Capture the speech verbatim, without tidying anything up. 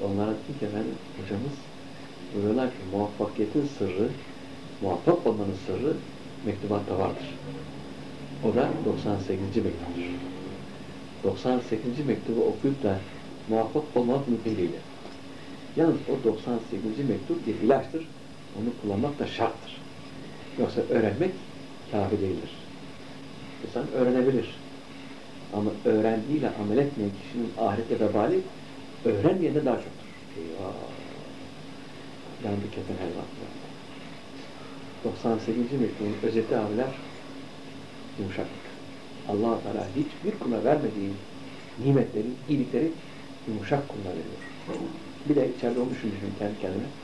onlara dedim ki efendim, hocamız buyuruyorlar ki muvaffakiyetin sırrı, muvaffak olmanın sırrı mektubatta vardır. O da doksan sekizinci mektuptur. doksan sekizinci mektubu okuyup da muvaffak olmak mümkün değil. Yalnız o doksan sekizinci mektup bir ilaçtır. Onu kullanmak da şarttır. Yoksa öğrenmek kafi değildir. İnsan öğrenebilir. Ama öğrendiğiyle amel etmeyen kişinin ahirette vebali öğrenmeyende daha çoktur. Eyvah! Yandı keten helva. doksan sekizinci mektubun özeti abiler yumuşaklık. Allah-u Teala hiçbir kula vermediği nimetleri, iyilikleri yumuşak kuluna veriyor. Bir de içeride onu düşünmüşüm kendi kendime.